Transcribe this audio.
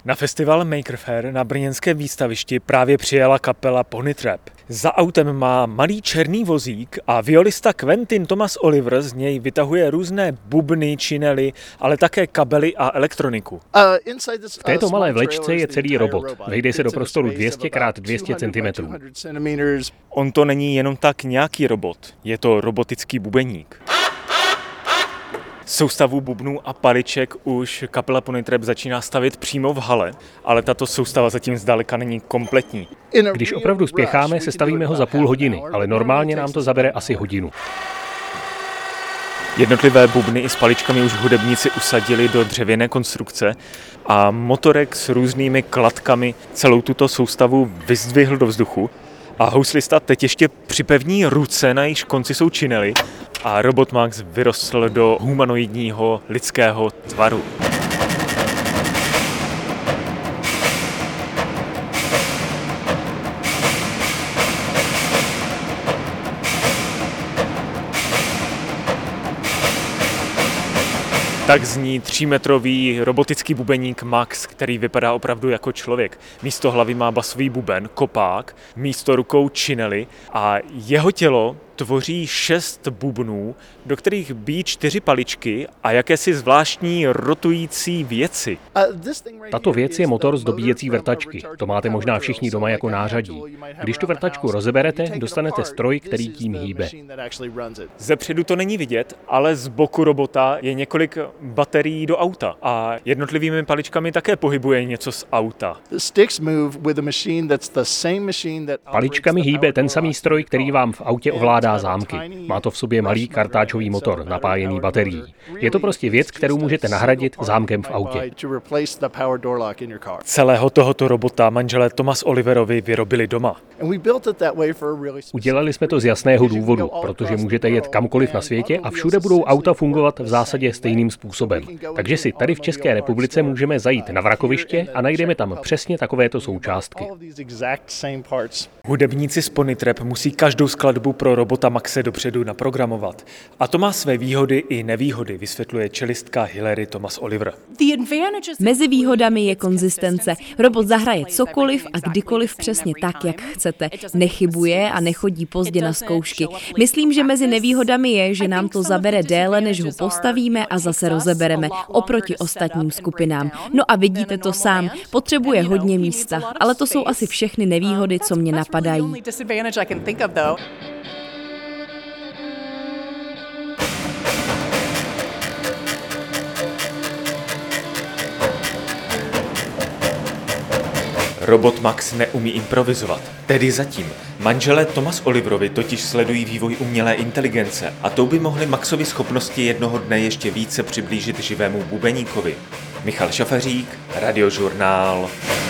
Na festival Maker Faire na brněnském výstavišti právě přijela kapela Pony Trap. Za autem má malý černý vozík a violista Quentin Thomas Oliver z něj vytahuje různé bubny, činely, ale také kabely a elektroniku. V této malé vlečce je celý robot. Vejde se do prostoru 200 x 200 cm. On to není jenom tak nějaký robot, je to robotický bubeník. Soustavu bubnů a paliček už kapela Pony Trap začíná stavět přímo v hale, ale tato soustava zatím zdaleka není kompletní. Když opravdu spěcháme, sestavíme ho za půl hodiny, ale normálně nám to zabere asi hodinu. Jednotlivé bubny i s paličkami už hudebníci usadili do dřevěné konstrukce a motorek s různými kladkami celou tuto soustavu vyzdvihl do vzduchu a houslista teď ještě připevní ruce, na jejichž konci jsou činely, a robot Max vyrostl do humanoidního lidského tvaru. Tak zní 3metrový robotický bubeník Max, který vypadá opravdu jako člověk. Místo hlavy má basový buben, kopák, místo rukou činely a jeho tělo tvoří 6 bubnů, do kterých bíjí 4 paličky a jakési zvláštní rotující věci. Tato věc je motor z dobíjecí vrtačky. To máte možná všichni doma jako nářadí. Když tu vrtačku rozeberete, dostanete stroj, který tím hýbe. Zepředu to není vidět, ale z boku robota je několik baterií do auta a jednotlivými paličkami také pohybuje něco z auta. Paličkami hýbe ten samý stroj, který vám v autě ovládá zámky. Má to v sobě malý kartáčový motor, napájený baterií. Je to prostě věc, kterou můžete nahradit zámkem v autě. Celého tohoto robota manželé Thomas Oliverovi vyrobili doma. Udělali jsme to z jasného důvodu, protože můžete jet kamkoliv na světě a všude budou auta fungovat v zásadě stejným způsobem. Takže si tady v České republice můžeme zajít na vrakoviště a najdeme tam přesně takovéto součástky. Hudebníci z Pony Trap musí každou skladbu pro robota Maxe dopředu naprogramovat. A to má své výhody i nevýhody, vysvětluje čelistka Hilary Thomas Oliver. Mezi výhodami je konzistence. Robot zahraje cokoliv a kdykoliv přesně tak, jak chcete. Nechybuje a nechodí pozdě na zkoušky. Myslím, že mezi nevýhodami je, že nám to zabere déle, než ho postavíme a zase rozebereme oproti ostatním skupinám. No a vidíte to sám, potřebuje hodně místa, ale to jsou asi všechny nevýhody, co mě napadají. Robot Max neumí improvizovat, tedy zatím. Manželé Thomas Oliverovi totiž sledují vývoj umělé inteligence a tou by mohly Maxovy schopnosti jednoho dne ještě více přiblížit živému bubeníkovi. Michal Šafařík, Radiožurnál.